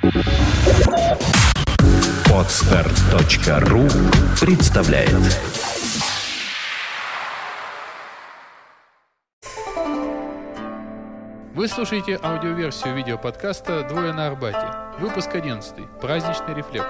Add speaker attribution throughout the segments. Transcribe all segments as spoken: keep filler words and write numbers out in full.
Speaker 1: Подстер точка ру представляет.
Speaker 2: Вы слушаете аудиоверсию видеоподкаста «Двое на Арбате». Выпуск одиннадцатый. Праздничный рефлекс.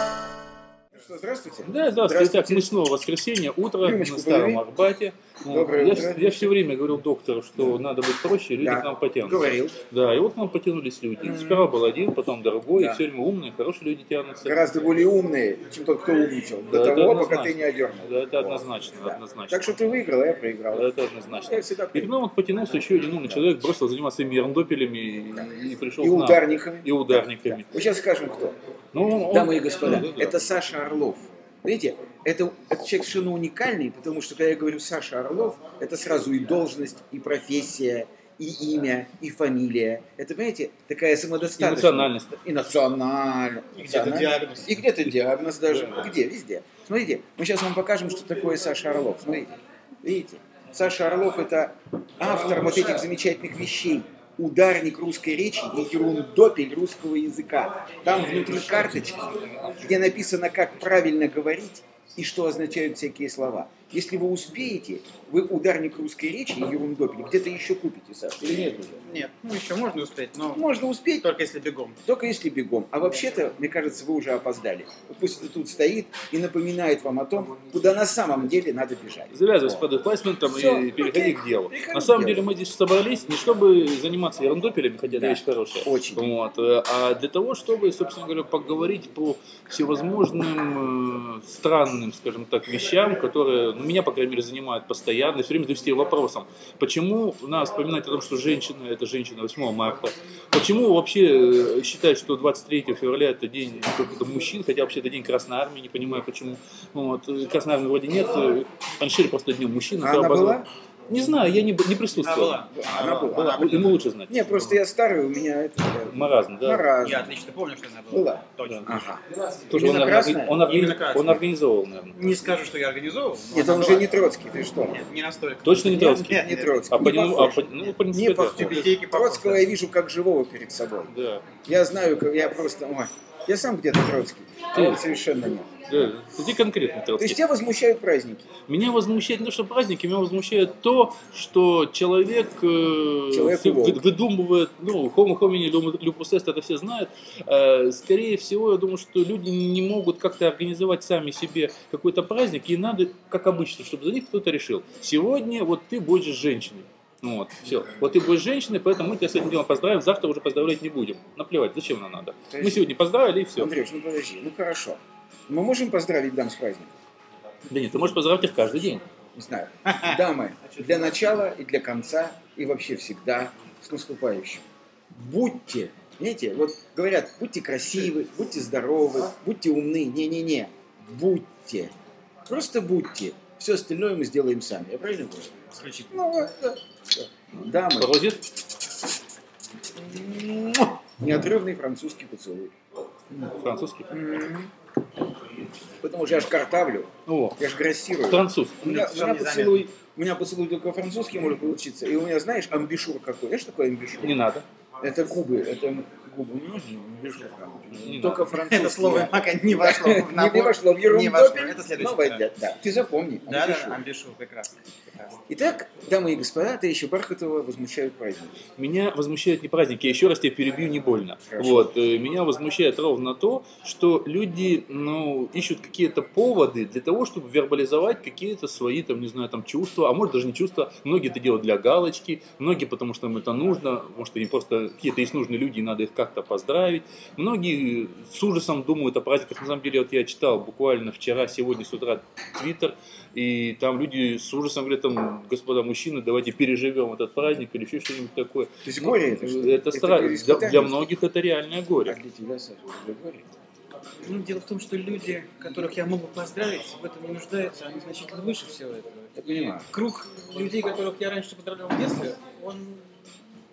Speaker 3: Что, здравствуйте.
Speaker 4: Да, здравствуйте. Итак, мы снова в воскресенье, утро
Speaker 3: Рюмочку
Speaker 4: на Старом
Speaker 3: полови.
Speaker 4: Арбате.
Speaker 3: Доброе
Speaker 4: я,
Speaker 3: утро.
Speaker 4: я все время говорил доктору, что надо быть проще, люди
Speaker 3: Да.
Speaker 4: к нам потянутся.
Speaker 3: Говорил.
Speaker 4: Да, и вот к нам потянулись люди.
Speaker 3: Mm-hmm.
Speaker 4: Сперва был один, потом другой,
Speaker 3: Да.
Speaker 4: и все время умные, хорошие люди тянутся.
Speaker 3: Гораздо более умные, чем тот, кто умничал.
Speaker 4: Да,
Speaker 3: До
Speaker 4: это
Speaker 3: того,
Speaker 4: однозначно.
Speaker 3: пока ты не одернул.
Speaker 4: Да, это
Speaker 3: Вот.
Speaker 4: однозначно,
Speaker 3: Да.
Speaker 4: однозначно.
Speaker 3: Так что ты выиграл, а я проиграл.
Speaker 4: Да, это однозначно.
Speaker 3: Я всегда
Speaker 4: И
Speaker 3: проиграл.
Speaker 4: к нам вот потянулся еще один умный
Speaker 3: Да.
Speaker 4: человек, бросил заниматься ими ерундопелями
Speaker 3: Да.
Speaker 4: и, и пришел
Speaker 3: И
Speaker 4: к нам.
Speaker 3: ударниками.
Speaker 4: И ударниками.
Speaker 3: Мы сейчас скажем, кто.
Speaker 4: Ну, он-
Speaker 3: Дамы и господа,
Speaker 4: Да, да, да.
Speaker 3: это Саша Орлов. Видите, это, это человек совершенно уникальный, потому что, когда я говорю Саша Орлов, это сразу и должность, и профессия, и имя, и фамилия. Это, понимаете, такая самодостаточная.
Speaker 4: И национальность.
Speaker 3: И национальность.
Speaker 5: И где-то диагноз.
Speaker 3: И где-то диагноз даже. Где? Везде. Смотрите, мы сейчас вам покажем, что такое Саша Орлов. Смотрите. Видите? Саша Орлов – это автор вот этих замечательных вещей. Ударник русской речи и ерундопель русского языка. Там внутри карточки, где написано, как правильно говорить и что означают всякие слова. Если вы успеете, вы ударник русской речи и ерундопель где-то еще купите, Саша, или нет уже?
Speaker 5: Нет, ну еще можно успеть, но
Speaker 3: Можно успеть,
Speaker 5: только если бегом.
Speaker 3: только если бегом. А вообще-то, мне кажется, вы уже опоздали. Вот пусть это тут стоит и напоминает вам о том, куда на самом деле надо бежать.
Speaker 4: Завязывай с
Speaker 3: Вот.
Speaker 4: подхвастментом
Speaker 3: Всё,
Speaker 4: и переходи
Speaker 3: окей.
Speaker 4: к делу.
Speaker 3: Переходи
Speaker 4: На
Speaker 3: к
Speaker 4: самом
Speaker 3: делу.
Speaker 4: деле мы здесь собрались не чтобы заниматься ерундопелями, хотя
Speaker 3: Да,
Speaker 4: это вещь хорошая,
Speaker 3: очень.
Speaker 4: вот, э, а для того, чтобы, собственно говоря, поговорить по всевозможным э, странным, скажем так, вещам, которые, ну, меня, по крайней мере, занимают постоянно, и все время задаюсь себе вопросом, почему нас вспоминать о том, что женщина – это женщина восьмого марта, почему вообще э, считают, что двадцать третьего февраля – это день каких-то мужчин, хотя вообще это день Красной Армии, не понимаю почему. Вот. э, Красной Армии вроде нет, э, решили просто днем мужчин.
Speaker 3: А
Speaker 4: это
Speaker 3: она
Speaker 4: обозвать.
Speaker 3: была?
Speaker 4: Не знаю, я не, не присутствовал.
Speaker 5: Она
Speaker 3: Она была.
Speaker 4: Была.
Speaker 5: Она была.
Speaker 4: Ему лучше знать.
Speaker 3: Не, просто я старый, у меня это...
Speaker 4: Маразм, да?
Speaker 3: Маразм.
Speaker 5: Я отлично помню, что она была.
Speaker 3: Была.
Speaker 5: Точно.
Speaker 3: Ага.
Speaker 4: Тоже
Speaker 3: Именно
Speaker 4: он,
Speaker 3: красная?
Speaker 4: он, органи-
Speaker 5: Именно красная.
Speaker 4: он организовывал, наверное.
Speaker 5: Не скажу, что я организовывал. но
Speaker 3: Нет,
Speaker 5: она
Speaker 3: он
Speaker 5: была.
Speaker 3: же не Троцкий, ты что?
Speaker 5: Нет, не настолько.
Speaker 4: Точно не
Speaker 3: Нет,
Speaker 4: Троцкий?
Speaker 5: Нет,
Speaker 3: Не
Speaker 5: нет.
Speaker 3: Троцкий.
Speaker 4: А по
Speaker 3: Не
Speaker 4: нему, а
Speaker 3: похож.
Speaker 4: по- ну, в принципе,
Speaker 3: Не
Speaker 4: да.
Speaker 3: похож.
Speaker 5: Тюбетейки похож.
Speaker 3: Троцкого я вижу как живого перед собой.
Speaker 4: Да.
Speaker 3: Я знаю, как я просто... Ой, я сам где-то Троцкий, а он совершенно нет.
Speaker 4: Да. Где конкретно
Speaker 3: То есть
Speaker 4: Троцкий?
Speaker 3: тебя возмущают праздники.
Speaker 4: Меня возмущает не то, что праздники, меня возмущает то, что человек, э,
Speaker 3: Человек
Speaker 4: вы-
Speaker 3: волк.
Speaker 4: выдумывает, ну, homo homini lupus est, это все знают. Э, скорее всего, я думаю, что люди не могут как-то организовать сами себе какой-то праздник, и надо, как обычно, чтобы за них кто-то решил. Сегодня вот ты будешь женщиной. Ну вот, все. Вот ты будешь женщиной, поэтому мы тебя с этим делом поздравим, завтра уже поздравлять не будем. Наплевать, зачем нам надо. Мы
Speaker 3: Подожди.
Speaker 4: сегодня поздравили, и все.
Speaker 3: Андрюш, ну подожди, ну хорошо. Мы можем поздравить дам с праздником?
Speaker 4: Да нет, ты можешь поздравить их каждый день.
Speaker 3: Не знаю. Дамы, для начала и для конца, и вообще всегда с наступающим. Будьте, знаете, вот говорят, будьте красивы, будьте здоровы, будьте умны. Не-не-не, будьте. Просто будьте. Все остальное мы сделаем сами. Я правильно говорю?
Speaker 5: Исключительно.
Speaker 3: Ну вот, да. Дамы,
Speaker 4: Пародит?
Speaker 3: неотрывный французский поцелуй.
Speaker 4: Французский.
Speaker 3: Потому что я ж картавлю,
Speaker 4: О,
Speaker 3: я ж грассирую.
Speaker 4: француз.
Speaker 3: У меня, у
Speaker 5: Совершенно
Speaker 3: меня поцелуй, у меня поцелуй только французский может получиться. И у меня, знаешь, амбишур какой. Знаешь, что такое амбишур?
Speaker 4: Не надо.
Speaker 3: Это губы, это губы. Не нужно амбишур.
Speaker 4: Не
Speaker 3: Только
Speaker 4: надо.
Speaker 3: французский.
Speaker 5: Это слово пока не вошло в
Speaker 3: Не
Speaker 5: набор.
Speaker 3: вошло в
Speaker 5: Не вошло.
Speaker 3: ерундопель.
Speaker 5: Это следующий
Speaker 3: Новое
Speaker 5: трек.
Speaker 3: для- Да, ты запомни.
Speaker 5: Да,
Speaker 3: амбишур.
Speaker 5: да, амбишу, прекрасно. прекрасно.
Speaker 3: Итак, дамы и господа, товарищи Бархатова возмущают праздники.
Speaker 4: Меня возмущают не праздники, я еще раз тебя перебью, не больно.
Speaker 3: Хорошо.
Speaker 4: Вот, э, меня возмущает ровно то, что люди, ну, ищут какие-то поводы для того, чтобы вербализовать какие-то свои, там, не знаю, там, чувства, а может даже не чувства. Многие это делают для галочки, многие потому что им это нужно, может, они просто какие-то есть нужные люди, и надо их как-то поздравить. Многие с ужасом думают о праздниках. На самом деле, вот я читал буквально вчера, сегодня с утра Твиттер, и там люди с ужасом говорят, там, господа мужчины, давайте переживем этот праздник или еще что-нибудь такое.
Speaker 3: То есть горе это что?
Speaker 4: Это стра- для,
Speaker 3: испытание?
Speaker 4: для многих это реальное
Speaker 3: А
Speaker 4: горе.
Speaker 3: для тебя, Саша, это горе?
Speaker 5: Ну, дело в том, что люди, которых я могу поздравить, в этом не нуждаются, они значительно выше всего этого.
Speaker 3: Я понимаю.
Speaker 5: Круг людей, которых я раньше поздравлял в детстве, он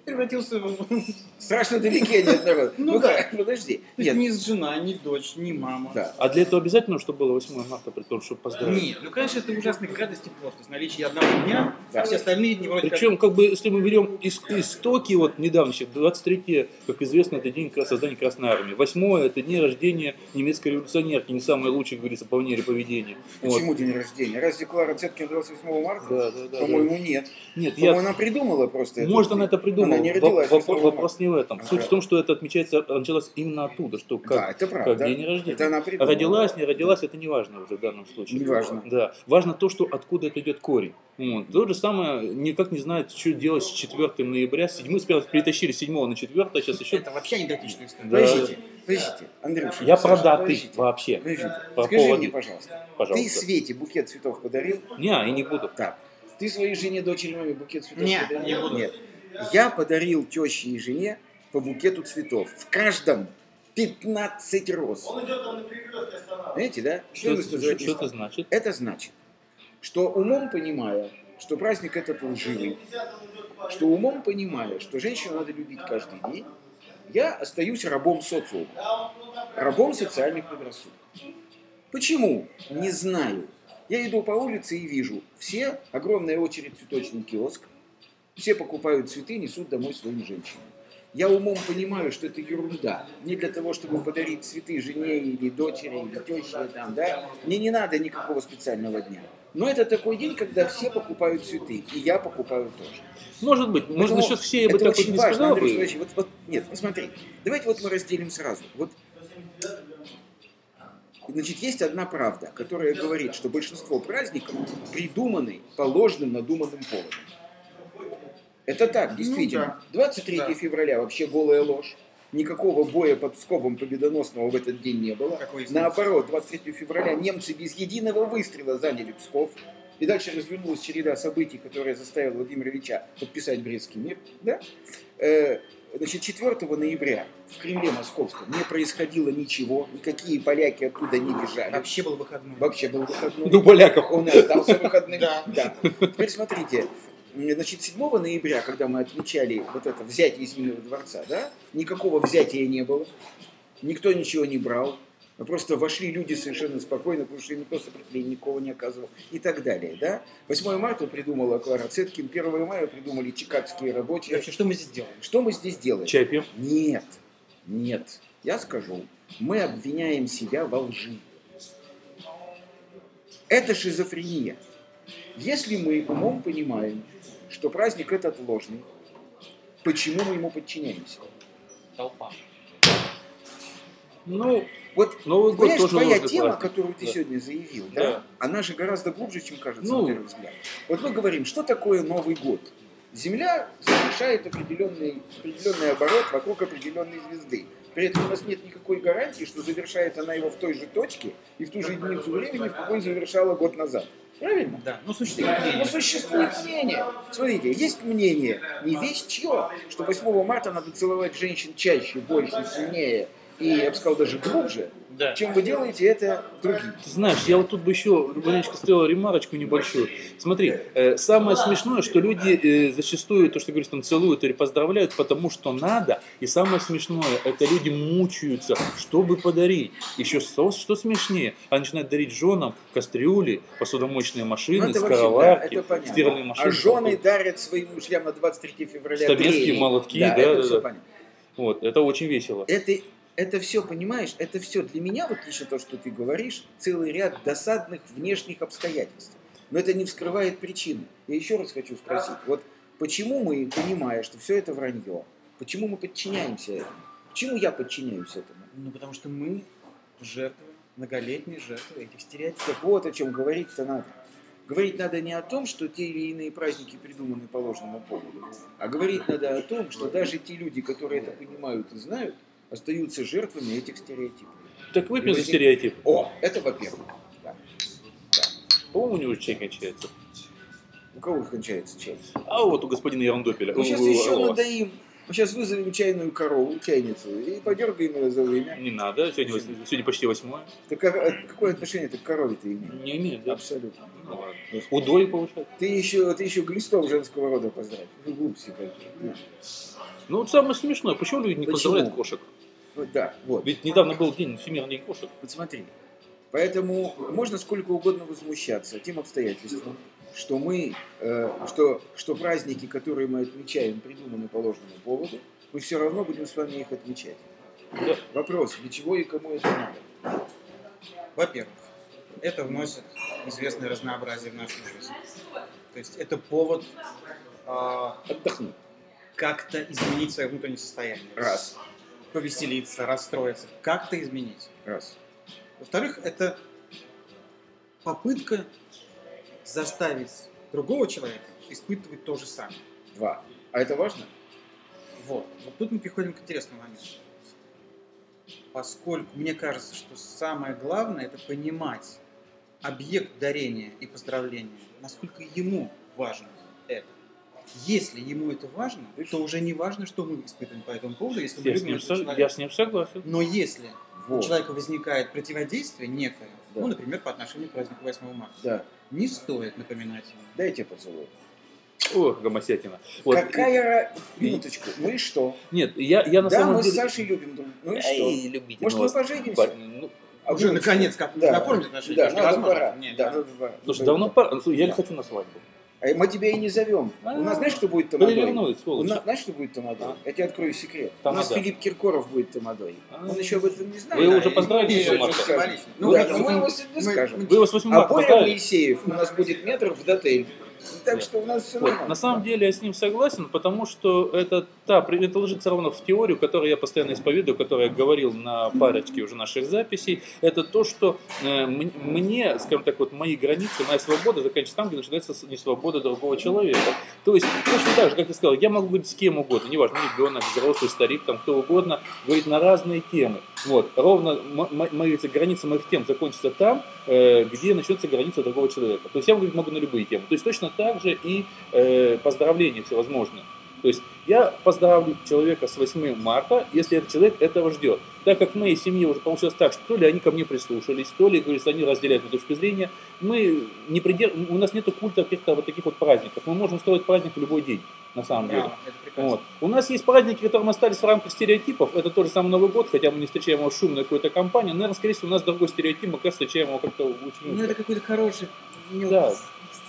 Speaker 5: превратился в...
Speaker 3: Страшно далеки они от народа.
Speaker 5: Ну
Speaker 3: Ну
Speaker 5: да.
Speaker 3: как, подожди.
Speaker 5: То есть
Speaker 3: Нет,
Speaker 5: ни жена, ни дочь, ни мама.
Speaker 3: да.
Speaker 4: А для этого обязательно, чтобы было восьмое марта, при том, чтобы поздравить?
Speaker 5: Нет, ну конечно, это ужасная гадость и пошлость. Наличие одного дня,
Speaker 3: Да.
Speaker 5: а все остальные дни вроде
Speaker 4: Причем, как бы, если мы берем ис- истоки, вот недавно, двадцать третье, как известно, это день кра- создания Красной Армии. восьмое это день рождения немецкой революционерки, не самое лучшее, как говорится, по манере поведения. Вот.
Speaker 3: Почему день рождения? Разве Клара Цеткин двадцать восьмого марта?
Speaker 4: Да, да, да.
Speaker 3: По-моему, нет.
Speaker 4: Нет,
Speaker 3: По-моему,
Speaker 4: я...
Speaker 3: она придумала просто это.
Speaker 4: Может, она это придумала.
Speaker 3: Она не
Speaker 4: Во-
Speaker 3: родилась
Speaker 4: воп-
Speaker 3: восьмого
Speaker 4: Вопрос
Speaker 3: марта.
Speaker 4: не в этом. Суть
Speaker 3: Ага.
Speaker 4: в том, что это отмечается, началось именно оттуда, что как,
Speaker 3: Да, это правда.
Speaker 4: как день рождения.
Speaker 3: Это она придумала.
Speaker 4: Родилась, не родилась, это не важно уже в данном случае.
Speaker 3: Не важно.
Speaker 4: Да. Важно то, что откуда это идет корень. Вот. То же самое, никак не знают, что делать с четвёртого ноября. Мы сперва перетащили с седьмого на четвёртое, сейчас еще...
Speaker 5: это вообще анекдотичная история.
Speaker 4: Да.
Speaker 3: Подождите, подождите, Андрюша.
Speaker 4: Я
Speaker 3: Саша,
Speaker 4: продатый
Speaker 3: подождите.
Speaker 4: вообще.
Speaker 3: Подождите.
Speaker 4: По
Speaker 3: Скажи
Speaker 4: поводу-
Speaker 3: мне, пожалуйста,
Speaker 4: Пожалуйста.
Speaker 3: ты Свете букет цветов подарил?
Speaker 4: Не, и не буду.
Speaker 3: Так. Ты своей жене, дочери, маме букет цветов
Speaker 5: Не,
Speaker 3: подарил?
Speaker 5: не буду.
Speaker 3: Нет. Я подарил теще и жене по букету цветов. В каждом пятнадцать роз. Знаете, да?
Speaker 4: Что,
Speaker 3: это
Speaker 4: что-
Speaker 3: называется?
Speaker 4: что это значит?
Speaker 3: Это значит, что умом понимая, что праздник этот лживый, что умом понимая, что женщину надо любить каждый день, я остаюсь рабом социума, рабом социальных предрассудков. Почему? Не знаю. Я иду по улице и вижу, все, огромная очередь в цветочный киоск, все покупают цветы, несут домой своим женщинам. Я умом понимаю, что это ерунда. Не для того, чтобы подарить цветы жене или дочери, или теще, там, да? Мне не надо никакого специального дня. Но это такой день, когда все покупают цветы, и я покупаю тоже.
Speaker 4: Может быть, может,
Speaker 3: Поэтому
Speaker 4: насчет все я бы
Speaker 3: это
Speaker 4: так вот
Speaker 3: очень
Speaker 4: не
Speaker 3: важно,
Speaker 4: сказал
Speaker 3: Андрей
Speaker 4: бы.
Speaker 3: Николаевич, вот, вот, нет, посмотри. Давайте вот мы разделим сразу. Вот, значит, есть одна правда, которая говорит, что большинство праздников придуманы по ложным, надуманным поводам. Это так, действительно. двадцать третьего
Speaker 5: Да.
Speaker 3: февраля вообще голая ложь. Никакого боя под Псковом победоносного в этот день не было.
Speaker 5: Какой из них?
Speaker 3: Наоборот, двадцать третьего февраля немцы без единого выстрела заняли Псков. И дальше развернулась череда событий, которая заставила Владимира Ильича подписать Брестский мир. Да? Э, значит, четвёртого ноября в Кремле Московском не происходило ничего. Никакие поляки оттуда не бежали.
Speaker 5: Вообще был выходной.
Speaker 3: Вообще был выходной.
Speaker 4: Ну, поляков.
Speaker 3: Он и остался выходным.
Speaker 5: Да.
Speaker 3: Да. Теперь смотрите. Значит, седьмого ноября, когда мы отмечали вот это взятие Зимнего дворца, да, никакого взятия не было, никто ничего не брал, а просто вошли люди совершенно спокойно, потому что никто сопротивления никого не оказывал и так далее, да. восьмого марта придумала Клара Цеткин, первого мая придумали чикагские
Speaker 5: И
Speaker 3: рабочие.
Speaker 5: вообще, что мы здесь делаем?
Speaker 3: Что мы здесь делаем?
Speaker 4: Чай пьем?
Speaker 3: Нет, нет, я скажу, мы обвиняем себя во лжи. Это шизофрения. Если мы умом понимаем, что праздник этот ложный, почему мы ему подчиняемся?
Speaker 5: Толпа.
Speaker 4: Ну,
Speaker 3: Вот,
Speaker 4: Новый год
Speaker 3: понимаешь,
Speaker 4: тоже
Speaker 3: твоя
Speaker 4: ложный
Speaker 3: тема,
Speaker 4: праздник.
Speaker 3: которую ты
Speaker 4: Да.
Speaker 3: сегодня заявил, да.
Speaker 4: Да.
Speaker 3: Она же гораздо глубже, чем кажется
Speaker 4: Ну.
Speaker 3: на первый взгляд. Вот мы говорим, что такое Новый год? Земля совершает определенный, определенный оборот вокруг определенной звезды. При этом у нас нет никакой гарантии, что завершает она его в той же точке и в ту же единицу времени, в какой завершала год назад. Правильно?
Speaker 5: Да, ну существует
Speaker 3: Но
Speaker 5: мнение.
Speaker 3: существует мнение. Смотрите, есть мнение, не весь чье, что восьмого марта надо целовать женщин чаще, больше, сильнее и, я бы сказал, даже глубже,
Speaker 5: Да.
Speaker 3: чем вы делаете это другим.
Speaker 4: ты знаешь, я вот тут бы еще маленечко сделал ремарочку небольшую. Смотри, э, самое смешное, что люди э, зачастую, то, что говоришь, там целуют или поздравляют, потому что надо. И самое смешное, это люди мучаются, чтобы подарить. Еще что, что смешнее, они начинают дарить женам кастрюли, посудомоечные машины,
Speaker 3: Ну, это вообще,
Speaker 4: скороварки,
Speaker 3: да, это понятно.
Speaker 4: стиральные машины.
Speaker 3: А жены дарят своим мужьям на двадцать третьего февраля
Speaker 4: Стамеские
Speaker 3: дрели.
Speaker 4: молотки,
Speaker 3: да,
Speaker 4: да,
Speaker 3: это
Speaker 4: да,
Speaker 3: все
Speaker 4: да.
Speaker 3: понятно.
Speaker 4: Вот, это очень весело.
Speaker 3: Это, это все, понимаешь, это все для меня, вот лично то, что ты говоришь, целый ряд досадных внешних обстоятельств. Но это не вскрывает причины. Я еще раз хочу спросить, вот почему мы, понимая, что все это вранье, почему мы подчиняемся этому? Почему я подчиняюсь этому?
Speaker 5: Ну, потому что мы жертвы, многолетние жертвы этих стереотипов.
Speaker 3: Так вот о чем говорить-то надо. Говорить надо не о том, что те или иные праздники придуманы по ложному поводу, а говорить надо о том, что даже те люди, которые это понимают и знают, остаются жертвами этих стереотипов.
Speaker 4: Так выпьем за
Speaker 3: Возник-
Speaker 4: стереотип.
Speaker 3: О, это во-первых. Да. Да.
Speaker 4: По-моему, у него чай кончается.
Speaker 3: У кого кончается чай?
Speaker 4: А вот у господина Ерундопеля.
Speaker 3: Ну, сейчас
Speaker 4: У-
Speaker 3: еще
Speaker 4: у вас.
Speaker 3: надоим. Мы сейчас вызовем чайную корову, чайницу, и подергаем ее за вымя.
Speaker 4: Не надо, сегодня, сегодня почти восьмое.
Speaker 3: Так какое отношение ты к корове ты имеешь?
Speaker 4: Не имеет, да?
Speaker 3: Абсолютно.
Speaker 4: Ну, ладно. Удой повышать.
Speaker 3: Ты еще, ты еще глистов женского рода поздравь. Вы глупости какие.
Speaker 4: Ну вот самое смешное, почему люди не
Speaker 3: Почему?
Speaker 4: поздравляют кошек?
Speaker 3: Вот, да, вот.
Speaker 4: Ведь недавно был день, Всемирный день кошек.
Speaker 3: Вот смотри. Поэтому можно сколько угодно возмущаться тем обстоятельством, что мы, э, что, что праздники, которые мы отмечаем, придуманы по ложному поводу, мы все равно будем с вами их отмечать.
Speaker 4: Да.
Speaker 3: Вопрос, для чего и кому это надо?
Speaker 5: Во-первых, это вносит известное разнообразие в нашу жизнь. То есть это повод а,
Speaker 3: Отдохни.
Speaker 5: как-то изменить свое внутреннее состояние.
Speaker 3: Раз.
Speaker 5: Повеселиться, расстроиться, как-то изменить.
Speaker 3: Раз.
Speaker 5: Во-вторых, это попытка заставить другого человека испытывать то же самое.
Speaker 3: Два. А это важно?
Speaker 5: Вот. Вот тут мы приходим к интересному моменту. Поскольку мне кажется, что самое главное это понимать объект дарения и поздравления, насколько ему важно это. Если ему это важно, то уже не важно, что мы испытываем по этому поводу, если мы
Speaker 4: Я с,
Speaker 5: любим
Speaker 4: ним,
Speaker 5: этого
Speaker 4: со-
Speaker 5: человека.
Speaker 4: я с ним согласен.
Speaker 5: Но если у
Speaker 3: Вот.
Speaker 5: человека возникает противодействие некое,
Speaker 3: Да.
Speaker 5: ну, например, по отношению к празднику восьмого марта,
Speaker 3: Да.
Speaker 5: не стоит напоминать ему.
Speaker 3: Дайте поцелуй.
Speaker 4: О, гомосятина. Вот.
Speaker 3: Какая... Минуточку. Ну и что?
Speaker 4: Нет, я, я на
Speaker 3: Да,
Speaker 4: самом
Speaker 3: мы
Speaker 4: деле...
Speaker 3: с Сашей любим друг. Ну и что?
Speaker 4: Эй, любите
Speaker 3: Может, мы
Speaker 4: вас.
Speaker 3: поженимся?
Speaker 4: Ба- ну,
Speaker 3: А
Speaker 5: Уже
Speaker 3: вы-
Speaker 5: наконец как-то
Speaker 3: Да.
Speaker 5: оформить отношения.
Speaker 3: Да,
Speaker 5: потому что
Speaker 3: надо
Speaker 5: невозможно.
Speaker 3: пора.
Speaker 5: Нет,
Speaker 3: Да,
Speaker 5: да.
Speaker 3: надо пора.
Speaker 4: Слушай,
Speaker 3: Ну,
Speaker 4: давно пора. Слушай, я не
Speaker 3: Да.
Speaker 4: хочу на свадьбу.
Speaker 3: А мы тебя и не зовем. У нас, знаешь, кто будет тамадой?
Speaker 4: Перевернует,
Speaker 3: У
Speaker 4: сволочь.
Speaker 3: нас, знаешь, что будет тамадой?
Speaker 4: А?
Speaker 3: Я тебе открою секрет.
Speaker 4: Тамада.
Speaker 3: У нас Филипп Киркоров будет тамадой.
Speaker 4: А.
Speaker 3: Он еще об этом не знает.
Speaker 4: Вы
Speaker 3: Да,
Speaker 4: уже
Speaker 3: и-
Speaker 4: поздравили
Speaker 3: и-
Speaker 4: с восьмым
Speaker 3: и-
Speaker 4: марта?
Speaker 5: Символично.
Speaker 3: Ну,
Speaker 5: Ну,
Speaker 3: да,
Speaker 5: мы-
Speaker 3: мы его
Speaker 5: мы-
Speaker 3: сегодня
Speaker 5: мы-
Speaker 3: скажем.
Speaker 4: Вы его с восьмым
Speaker 3: А
Speaker 4: марта
Speaker 3: Боря
Speaker 4: поздравили?
Speaker 3: Моисеев у нас будет метров в дотель. Так что у нас все
Speaker 4: Вот.
Speaker 3: нормально.
Speaker 4: На самом деле я с ним согласен, потому что это, та, это ложится ровно в теорию, которую я постоянно исповедую, которую я говорил на парочке уже наших записей. Это то, что э, м- мне, скажем так, вот мои границы, моя свобода заканчивается там, где начинается несвобода другого человека. То есть, точно так же, как ты сказал, я могу говорить с кем угодно, неважно, ребенок, взрослый, старик, там, кто угодно, говорить на разные темы. Вот. Ровно м- м- мои, границы моих тем закончатся там, э, где начнется граница другого человека. То есть я говорить могу на любые темы. То есть точно так же и э, поздравления всевозможные. То есть я поздравлю человека с восьмым марта, если этот человек этого ждет. Так как в моей семье уже получилось так, что то ли они ко мне прислушались, то ли, говорится, они разделяют мою точку зрения, мы не придерж... у нас нет культа каких-то вот таких вот праздников. Мы можем устроить праздник в любой день, на самом деле.
Speaker 5: Да, это прекрасно.
Speaker 4: Вот. У нас есть праздники, которые остались в рамках стереотипов. Это тот же самый Новый год, хотя мы не встречаем его шумной какой-то компании. Наверное, скорее всего, у нас другой стереотип, мы как раз встречаем его как-то очень...
Speaker 5: Ну, это какой-то хороший, не
Speaker 4: Да.
Speaker 5: вот с,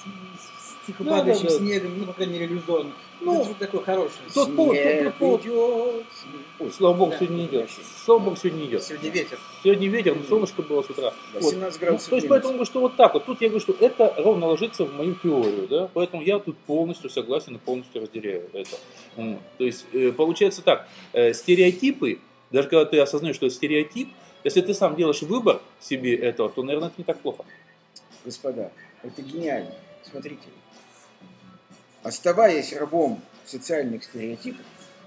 Speaker 5: с- с тихо
Speaker 4: Да,
Speaker 5: падающим
Speaker 4: да, да.
Speaker 5: снегом, ну, по крайней мере, иллюзорно.
Speaker 4: Ну,
Speaker 5: Ну, это же такой хороший.
Speaker 4: Тот повод, тот, тот повод.
Speaker 3: идет.
Speaker 4: Ой, слава богу,
Speaker 5: Да.
Speaker 4: сегодня не идет. Слава богу, сегодня не идет.
Speaker 5: Сегодня ветер.
Speaker 4: Сегодня ветер, но солнышко было с утра.
Speaker 3: Да,
Speaker 4: Вот.
Speaker 3: семнадцать
Speaker 4: Ну,
Speaker 3: градусов
Speaker 4: то есть,
Speaker 3: минус.
Speaker 4: поэтому говорю, что вот так вот. Тут я говорю, что это ровно ложится в мою теорию, да, поэтому я тут полностью согласен и полностью разделяю это. Вот. То есть, э, получается так, э, стереотипы, даже когда ты осознаешь, что это стереотип, если ты сам делаешь выбор себе этого, то, наверное, это не так плохо.
Speaker 3: Господа, это гениально. Смотрите. Оставаясь рабом социальных стереотипов,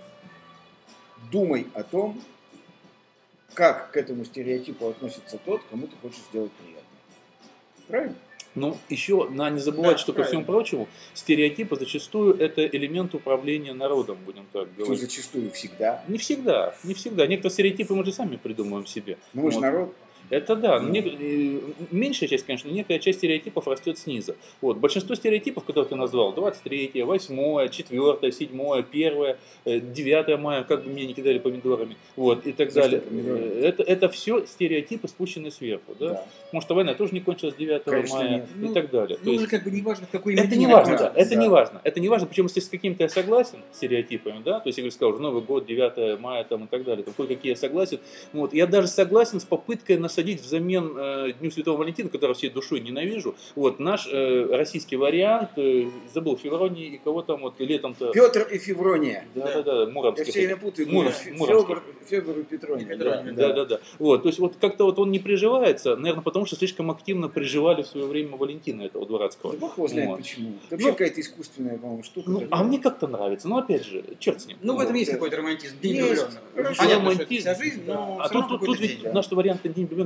Speaker 3: думай о том, как к этому стереотипу относится тот, кому ты хочешь сделать приятно. Правильно?
Speaker 4: Ну, еще надо не забывать,
Speaker 5: Да,
Speaker 4: что ко всему
Speaker 3: правильно.
Speaker 4: прочему, стереотипы зачастую это элемент управления народом, будем так
Speaker 3: Что
Speaker 4: говорить.
Speaker 3: зачастую всегда.
Speaker 4: Не всегда, не всегда. Некоторые стереотипы мы же сами придумываем себе.
Speaker 3: Ну, мы же
Speaker 4: Вот.
Speaker 3: народ.
Speaker 4: Это да, но не- э, меньшая часть, конечно, некая часть стереотипов растет снизу. Вот. Большинство стереотипов, которые ты назвал, двадцать третье, восьмое, четвёртое, седьмое, первое, э, девятое мая, как бы мне не кидали помидорами, вот, и так
Speaker 3: За что
Speaker 4: далее.
Speaker 3: помидоры?
Speaker 4: Э, Это, это все стереотипы, спущенные сверху. Да?
Speaker 3: Да.
Speaker 4: Может, война тоже не кончилась девятого
Speaker 3: Конечно,
Speaker 4: мая
Speaker 3: нет.
Speaker 4: и
Speaker 5: Ну,
Speaker 4: так далее. То
Speaker 5: Ну,
Speaker 4: есть,
Speaker 5: уже как бы не важно, в какой
Speaker 4: это
Speaker 5: медине
Speaker 4: не важно, да,
Speaker 5: находится.
Speaker 4: это
Speaker 3: да.
Speaker 4: не важно, это не важно, причем если с каким-то я согласен, с стереотипами, да, то есть я говорю, сказал, уже Новый год, девятое мая там, и так далее, там, кое-какие я согласен, вот, я даже согласен с попыткой насадить взамен э, Дню Святого Валентина, которого всей душой ненавижу, вот, наш э, российский вариант, э, забыл, Февроний и кого там, вот, летом-то,
Speaker 3: Петр и Феврония.
Speaker 4: да-да-да,
Speaker 3: Я
Speaker 4: Муромский.
Speaker 3: все время путаю.
Speaker 4: Муром-
Speaker 3: Фе-
Speaker 4: Муромский.
Speaker 3: Федор, Федор и Петрония.
Speaker 5: И Петрония,
Speaker 4: Да, да, да. Вот, то есть вот как-то вот он не приживается, наверное, потому что слишком активно приживали в свое время Валентина этого дурацкого.
Speaker 3: Да бог его знает
Speaker 4: Вот.
Speaker 3: почему. Это вообще
Speaker 4: Ну,
Speaker 3: какая-то искусственная, по-моему, штука.
Speaker 4: Ну, а мне как-то нравится, но опять же, черт с ним.
Speaker 5: Ну, в этом
Speaker 3: Вот,
Speaker 5: есть
Speaker 3: да.
Speaker 5: какой-то романтизм. День
Speaker 3: Есть.
Speaker 5: влюбленных.
Speaker 3: Хорошо.
Speaker 5: Понятно, что это
Speaker 4: Романтизм.
Speaker 5: вся жизнь, но
Speaker 4: А
Speaker 5: всё равно
Speaker 4: тут, тут, тут
Speaker 5: какой-то
Speaker 4: ведь
Speaker 5: день.
Speaker 4: наш вариант День влюбленных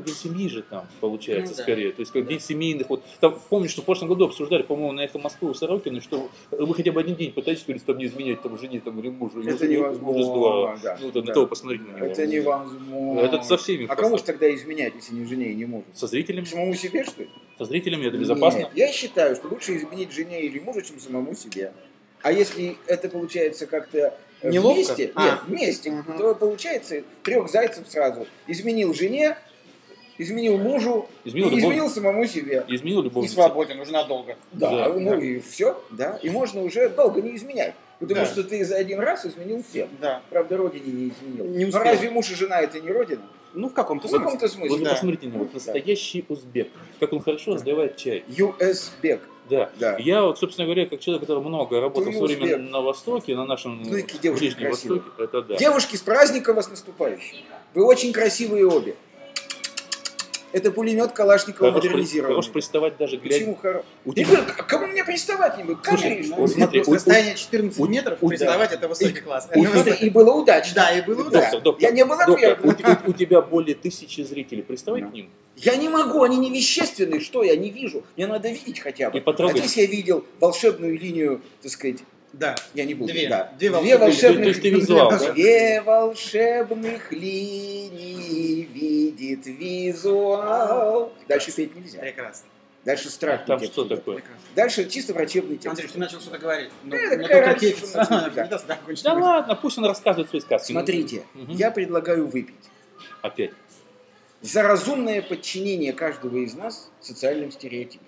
Speaker 4: как день семьи же там получается
Speaker 5: Ну, да.
Speaker 4: скорее. То есть как день семейных. Вот там помню, что в прошлом году обсуждали, по-моему, на Эхо Москвы у Сорокина, что вы хотя бы один день пытаетесь, говорится, там не изменять там жене там, или мужу. или
Speaker 3: Это
Speaker 4: мужу,
Speaker 3: невозможно,
Speaker 4: мужество.
Speaker 3: да,
Speaker 4: Ну, там,
Speaker 3: да.
Speaker 4: на того посмотрите на него.
Speaker 3: Это невозможно.
Speaker 4: Это со всеми.
Speaker 3: А кому же тогда изменять, если не жене и не мужу?
Speaker 4: Со зрителями?
Speaker 3: Самому себе, что ли?
Speaker 4: Со зрителями это безопасно?
Speaker 3: Нет, я считаю, что лучше изменить жене или мужу, чем самому себе. А если это получается как-то э,
Speaker 5: Неловко?
Speaker 3: вместе,
Speaker 5: А.
Speaker 3: нет, вместе,
Speaker 5: Мгм.
Speaker 3: то получается трех зайцев сразу. Изменил жене, изменил мужу,
Speaker 4: Изменил
Speaker 3: и
Speaker 4: любовь.
Speaker 3: изменил самому себе.
Speaker 4: Изменил
Speaker 5: И
Speaker 4: любовницу.
Speaker 5: свободен уже надолго.
Speaker 3: Да,
Speaker 4: Да,
Speaker 3: ну
Speaker 5: да.
Speaker 3: и все, да. И можно уже долго не изменять. Потому
Speaker 5: Да.
Speaker 3: что ты за один раз изменил всем.
Speaker 5: Да.
Speaker 3: Правда, родине не изменил.
Speaker 5: Не
Speaker 3: Но
Speaker 5: успел.
Speaker 3: разве муж и жена это не родина?
Speaker 5: Ну, в каком-то
Speaker 3: В
Speaker 5: смысле.
Speaker 3: каком-то
Speaker 4: Вот
Speaker 3: смысле.
Speaker 4: вы
Speaker 5: Да.
Speaker 4: посмотрите на него, вот настоящий узбек, как он хорошо разливает чай.
Speaker 3: ю эс бек.
Speaker 4: Да.
Speaker 3: Да.
Speaker 4: Я вот, собственно говоря, как человек, который много работал в
Speaker 3: Ты
Speaker 4: свое время
Speaker 3: узбек.
Speaker 4: на Востоке, на нашем
Speaker 3: Ну, и какие девушки
Speaker 4: Ближнем
Speaker 3: красивые.
Speaker 4: Востоке, это да.
Speaker 3: Девушки, с праздником вас наступающим. Вы очень красивые обе. Это пулемет Калашникова
Speaker 4: Хорош, при-
Speaker 3: модернизированный.
Speaker 4: хорош приставать даже глядя.
Speaker 3: Почему хоро...
Speaker 4: У
Speaker 3: Да
Speaker 4: тебя-
Speaker 3: вы, к кому мне приставать не будет?
Speaker 4: Слушай,
Speaker 3: Камере, что
Speaker 4: вот
Speaker 3: ли?
Speaker 4: смотри,
Speaker 5: Нет,
Speaker 4: у-
Speaker 5: расстояние четырнадцать
Speaker 4: у-
Speaker 5: метров,
Speaker 4: у-
Speaker 5: приставать
Speaker 3: да.
Speaker 5: это высокий класс.
Speaker 3: И,
Speaker 5: Это
Speaker 3: и- и было удачно.
Speaker 5: Да, и было
Speaker 3: Да.
Speaker 5: удачно.
Speaker 4: Доктор, доктор,
Speaker 3: Я не была
Speaker 4: доктор,
Speaker 3: отвергнута.
Speaker 4: у, у- у тебя более тысячи зрителей. Приставай
Speaker 3: Да.
Speaker 4: к ним.
Speaker 3: Я не могу, они не вещественные, что я не вижу. Мне надо видеть хотя бы.
Speaker 4: И потрогать.
Speaker 3: А здесь я видел волшебную линию, так сказать,
Speaker 5: Да.
Speaker 3: я не буду.
Speaker 5: Две.
Speaker 3: Да.
Speaker 5: Две
Speaker 3: Две
Speaker 5: волшебные
Speaker 3: волшебных,
Speaker 4: линии. То есть ты визуал, да?
Speaker 3: Две волшебных линии видит визуал. Дальше петь нельзя.
Speaker 5: Прекрасно.
Speaker 3: Дальше страх.
Speaker 4: Там
Speaker 3: текст
Speaker 4: что
Speaker 3: идет.
Speaker 4: такое?
Speaker 5: Прекрасно.
Speaker 3: Дальше чисто врачебный текст.
Speaker 5: Андрей, ты начал что-то говорить. Ну,
Speaker 3: это
Speaker 5: ну,
Speaker 3: какая
Speaker 5: доктор
Speaker 3: разница,
Speaker 5: Хейфиц,
Speaker 3: что он начал,
Speaker 5: она
Speaker 3: да.
Speaker 5: не даст закончить.
Speaker 4: Да ладно, пусть он рассказывает свои сказки.
Speaker 3: Смотрите,
Speaker 4: Мгм.
Speaker 3: я предлагаю выпить
Speaker 4: Опять.
Speaker 3: за разумное подчинение каждого из нас социальным стереотипам.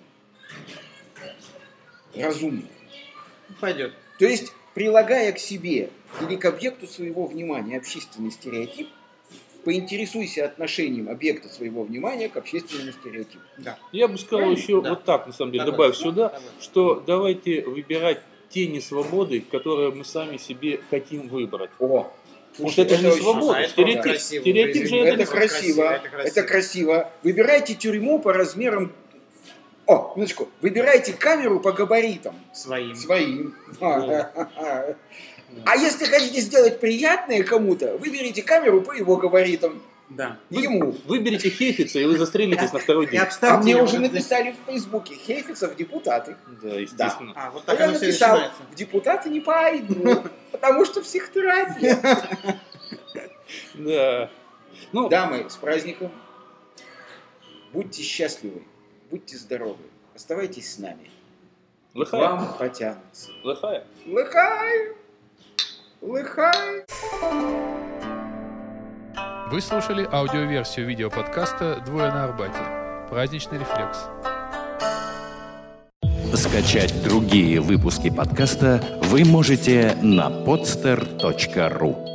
Speaker 3: Разумное.
Speaker 5: Пойдет.
Speaker 3: То есть, прилагая к себе или к объекту своего внимания общественный стереотип, поинтересуйся отношением объекта своего внимания к общественному стереотипу.
Speaker 5: Да.
Speaker 4: Я бы сказал
Speaker 3: Правильно?
Speaker 4: еще
Speaker 5: Да.
Speaker 4: вот так, на самом деле,
Speaker 5: Согласен.
Speaker 4: добавив сюда,
Speaker 5: Согласен.
Speaker 4: что давайте выбирать те несвободы, которые мы сами себе хотим выбрать.
Speaker 3: О,
Speaker 4: Потому что это же не
Speaker 3: очень-
Speaker 4: свобода.
Speaker 5: А, это
Speaker 4: Стереотип,
Speaker 5: красиво,
Speaker 4: стереотип же
Speaker 5: извините.
Speaker 4: это,
Speaker 3: Это красиво,
Speaker 5: это красиво.
Speaker 3: это красиво. Выбирайте тюрьму по размерам... О, минуточку. Выбирайте камеру по габаритам.
Speaker 5: Своим.
Speaker 3: Своим.
Speaker 4: Да.
Speaker 3: А если хотите сделать приятное кому-то, выберите камеру по его габаритам.
Speaker 5: Да.
Speaker 3: Ему.
Speaker 4: Выберите Хейфица, и вы застрелитесь на второй
Speaker 5: И
Speaker 4: день.
Speaker 3: А
Speaker 5: обставьте
Speaker 3: мне
Speaker 5: его
Speaker 3: уже
Speaker 5: вот здесь.
Speaker 3: написали в Фейсбуке: Хейфицев депутаты.
Speaker 4: Да, естественно.
Speaker 5: А, вот
Speaker 3: А
Speaker 5: так
Speaker 3: я
Speaker 5: оно все
Speaker 3: написал:
Speaker 5: начинается.
Speaker 3: в депутаты не пойду, потому что всех тратят.
Speaker 4: Да. Ну,
Speaker 3: Дамы, с праздником. Будьте счастливы, будьте здоровы. Оставайтесь с нами. К
Speaker 4: лыхая.
Speaker 3: вам потянутся.
Speaker 4: Лыхая.
Speaker 3: Лыхай! Лыхай!
Speaker 2: Вы слушали аудиоверсию видеоподкаста «Двое на Арбате». Праздничный рефлекс.
Speaker 1: Скачать другие выпуски подкаста вы можете на podster точка ру.